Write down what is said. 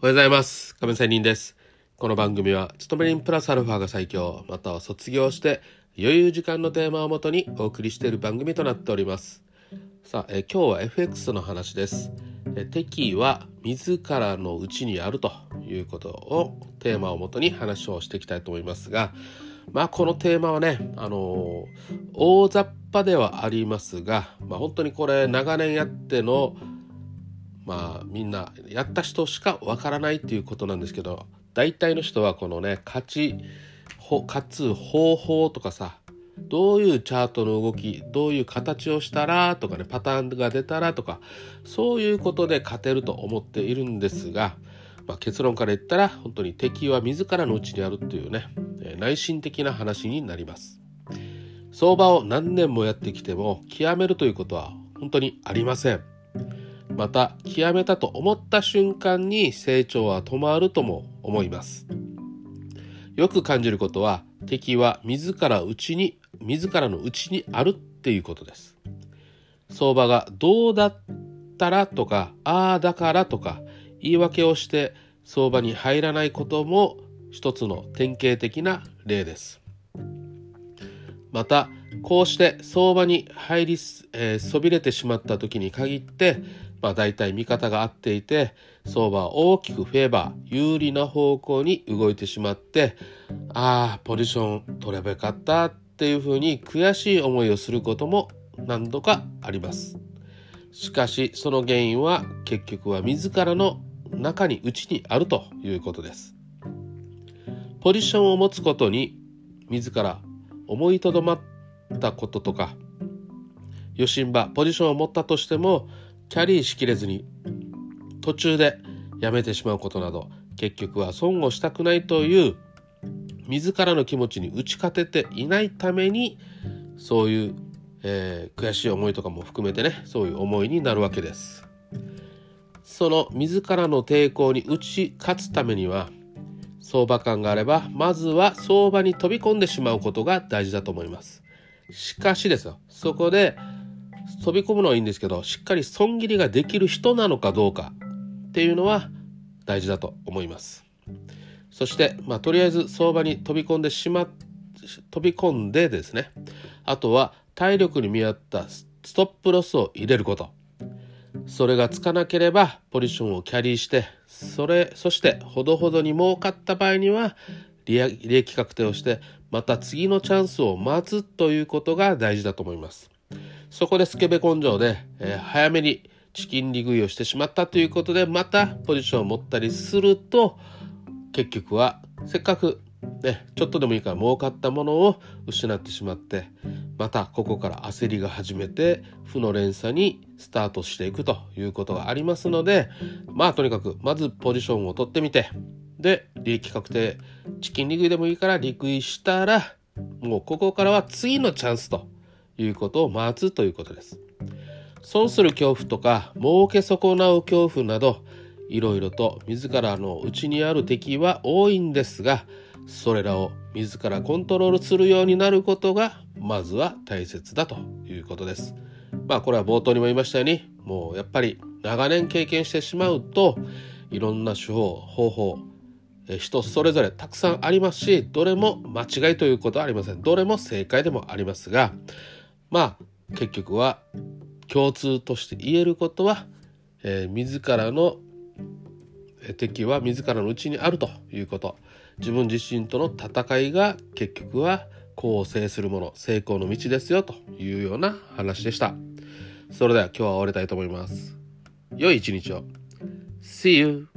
おはようございます。亀仙人です。この番組は勤め人プラスアルファが最強、または卒業して余裕時間のテーマをもとにお送りしている番組となっております。さあ、今日は FX の話です。敵は自らの内にあるということをテーマをもとに話をしていきたいと思いますが、このテーマはね、大雑把ではありますが、本当にこれ長年やってのみんなやった人しかわからないっていうことなんですけど、大体の人はこのね勝つ方法とかさ、どういうチャートの動き、どういう形をしたらとかね、パターンが出たらとか、そういうことで勝てると思っているんですが、結論から言ったら本当に敵は自らの内にあるっていうね、内心的な話になります。相場を何年もやってきても極めるということは本当にありません。また極めたと思った瞬間に成長は止まるとも思います。よく感じることは、敵は自らの内にあるっていうことです。相場がどうだったらとか、ああだからとか言い訳をして相場に入らないことも一つの典型的な例です。またこうして相場に入りそびれてしまった時に限って大体見方が合っていて、相場は大きくフェーバー有利な方向に動いてしまって、ポジション取ればよかったっていうふうに悔しい思いをすることも何度かあります。しかしその原因は結局は自らの内にあるということです。ポジションを持つことに自ら思いとどまったこととか、ポジションを持ったとしてもキャリーしきれずに途中でやめてしまうことなど、結局は損をしたくないという自らの気持ちに打ち勝てていないために、そういう、悔しい思いとかも含めてね、そういう思いになるわけです。その自らの抵抗に打ち勝つためには、相場感があればまずは相場に飛び込んでしまうことが大事だと思います。しかしですよ、そこで飛び込むのはいいんですけど、しっかり損切りができる人なのかどうかっていうのは大事だと思います。そして、とりあえず相場に飛び込んでですね、あとは体力に見合ったストップロスを入れること。それがつかなければポジションをキャリーして、そしてほどほどに儲かった場合には利益確定をして、また次のチャンスを待つということが大事だと思います。そこでスケベ根性で、早めにチキン利食いをしてしまったということで、またポジションを持ったりすると、結局はせっかくちょっとでもいいから儲かったものを失ってしまって、またここから焦りが始めて負の連鎖にスタートしていくということがありますので、とにかくまずポジションを取ってみて、で利益確定、チキン利食いでもいいから利食いしたら、もうここからは次のチャンスということを待つということです。損する恐怖とか儲け損なう恐怖など、いろいろと自らの内にある敵は多いんですが、それらを自らコントロールするようになることがまずは大切だということです。これは冒頭にも言いましたように、もうやっぱり長年経験してしまうと、いろんな手法方法、人それぞれたくさんありますし、どれも間違いということはありません。どれも正解でもありますが、結局は共通として言えることは、自らの敵は自らの内にあるということ。自分自身との戦いが結局は功を制するもの、成功の道ですよというような話でした。それでは今日は終わりたいと思います。良い一日を。See you!